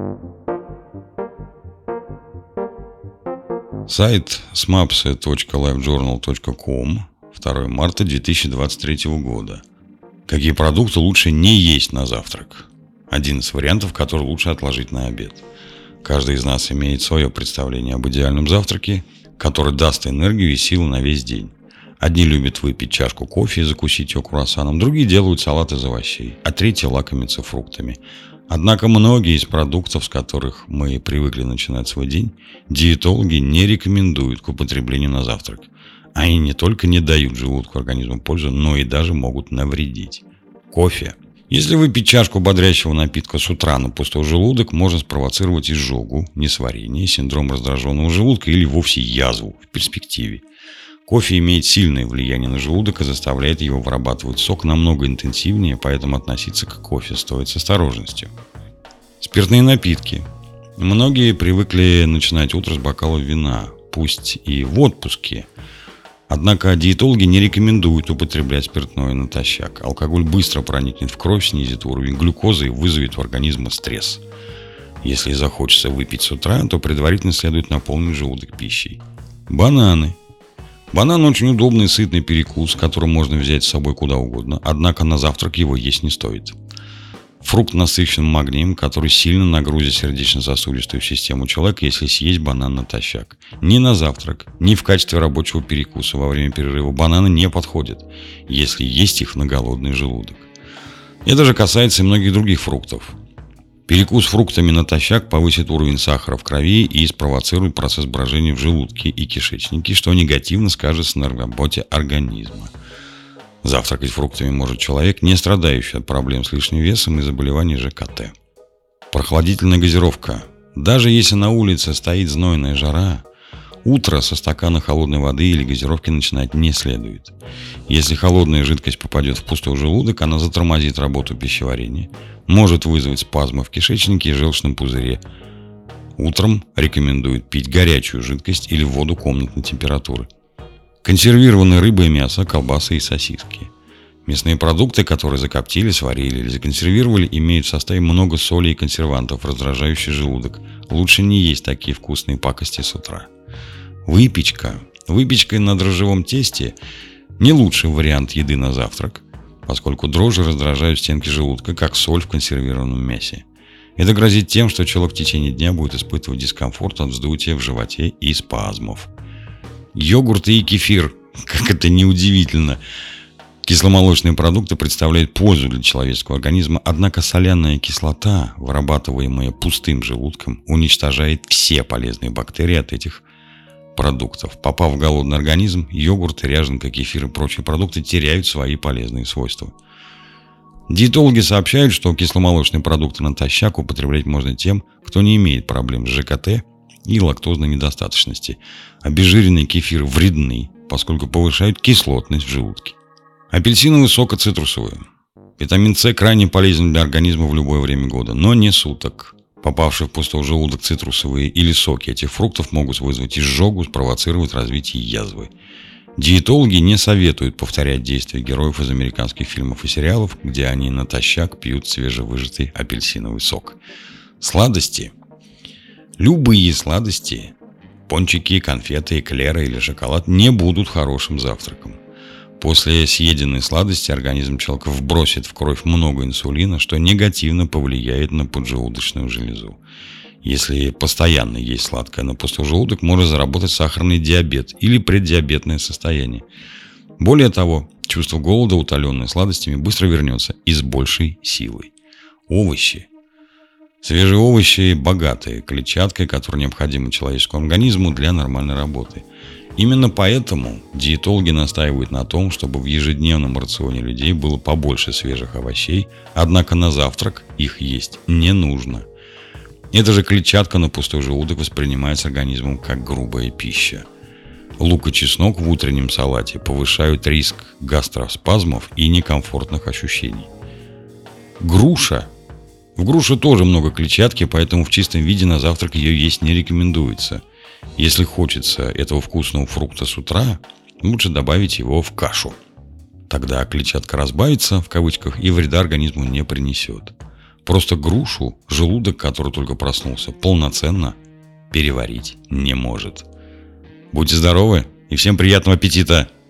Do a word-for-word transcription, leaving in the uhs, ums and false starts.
Сайт смапсы точка лайфджорнал точка ком, второе марта две тысячи двадцать третьего года. Какие продукты лучше не есть на завтрак? Один из вариантов, который лучше отложить на обед. Каждый из нас имеет свое представление об идеальном завтраке, который даст энергию и силы на весь день. Одни любят выпить чашку кофе и закусить ее круассаном, другие делают салат из овощей, а третьи лакомятся фруктами. Однако многие из продуктов, с которых мы привыкли начинать свой день, диетологи не рекомендуют к употреблению на завтрак. Они не только не дают желудку организму пользу, но и даже могут навредить. Кофе. Если выпить чашку бодрящего напитка с утра на пустой желудок, можно спровоцировать изжогу, несварение, синдром раздраженного желудка или вовсе язву в перспективе. Кофе имеет сильное влияние на желудок и заставляет его вырабатывать сок намного интенсивнее, поэтому относиться к кофе стоит с осторожностью. Спиртные напитки. Многие привыкли начинать утро с бокала вина, пусть и в отпуске. Однако диетологи не рекомендуют употреблять спиртное натощак. Алкоголь быстро проникнет в кровь, снизит уровень глюкозы и вызовет в организме стресс. Если захочется выпить с утра, то предварительно следует наполнить желудок пищей. Бананы. Банан очень удобный и сытный перекус, который можно взять с собой куда угодно, однако на завтрак его есть не стоит. Фрукт насыщен магнием, который сильно нагрузит сердечно-сосудистую систему человека, если съесть банан натощак. Ни на завтрак, ни в качестве рабочего перекуса во время перерыва бананы не подходят, если есть их на голодный желудок. Это же касается и многих других фруктов. Перекус фруктами натощак повысит уровень сахара в крови и спровоцирует процесс брожения в желудке и кишечнике, что негативно скажется на работе организма. Завтракать фруктами может человек, не страдающий от проблем с лишним весом и заболеваний ЖКТ. Прохладительная газировка. Даже если на улице стоит знойная жара, утро со стакана холодной воды или газировки начинать не следует. Если холодная жидкость попадет в пустой желудок, она затормозит работу пищеварения, может вызвать спазмы в кишечнике и желчном пузыре. Утром рекомендуют пить горячую жидкость или воду комнатной температуры. Консервированная рыба и мясо, колбасы и сосиски. Мясные продукты, которые закоптили, сварили или законсервировали, имеют в составе много соли и консервантов, раздражающих желудок. Лучше не есть такие вкусные пакости с утра. Выпечка. Выпечка на дрожжевом тесте не лучший вариант еды на завтрак, поскольку дрожжи раздражают стенки желудка, как соль в консервированном мясе. Это грозит тем, что человек в течение дня будет испытывать дискомфорт от вздутия в животе и спазмов. Йогурты и кефир. Как это неудивительно. Кисломолочные продукты представляют пользу для человеческого организма, однако соляная кислота, вырабатываемая пустым желудком, уничтожает все полезные бактерии от этих продуктов. Попав в голодный организм, йогурт, ряженка, кефир и прочие продукты теряют свои полезные свойства. Диетологи сообщают, что кисломолочные продукты натощак употреблять можно тем, кто не имеет проблем с ЖКТ и лактозной недостаточности. Обезжиренные кефиры вредны, поскольку повышают кислотность в желудке. Апельсиновый сок и цитрусовый. Витамин С крайне полезен для организма в любое время года, но не суток. Попавшие в пустой желудок цитрусовые или соки этих фруктов могут вызвать изжогу, спровоцировать развитие язвы. Диетологи не советуют повторять действия героев из американских фильмов и сериалов, где они натощак пьют свежевыжатый апельсиновый сок. Сладости. Любые сладости, пончики, конфеты, эклеры или шоколад не будут хорошим завтраком. После съеденной сладости организм человека вбросит в кровь много инсулина, что негативно повлияет на поджелудочную железу. Если постоянно есть сладкое на пустой желудок, может заработать сахарный диабет или преддиабетное состояние. Более того, чувство голода, утоленное сладостями, быстро вернется и с большей силой. Овощи. Свежие овощи богатые клетчаткой, которая необходима человеческому организму для нормальной работы. Именно поэтому диетологи настаивают на том, чтобы в ежедневном рационе людей было побольше свежих овощей, однако на завтрак их есть не нужно. Эта же клетчатка на пустой желудок воспринимается организмом как грубая пища. Лук и чеснок в утреннем салате повышают риск гастроспазмов и некомфортных ощущений. Груша. В груше тоже много клетчатки, поэтому в чистом виде на завтрак ее есть не рекомендуется. Если хочется этого вкусного фрукта с утра, лучше добавить его в кашу. Тогда клетчатка разбавится, в кавычках, и вреда организму не принесет. Просто грушу желудок, который только проснулся, полноценно переварить не может. Будьте здоровы и всем приятного аппетита!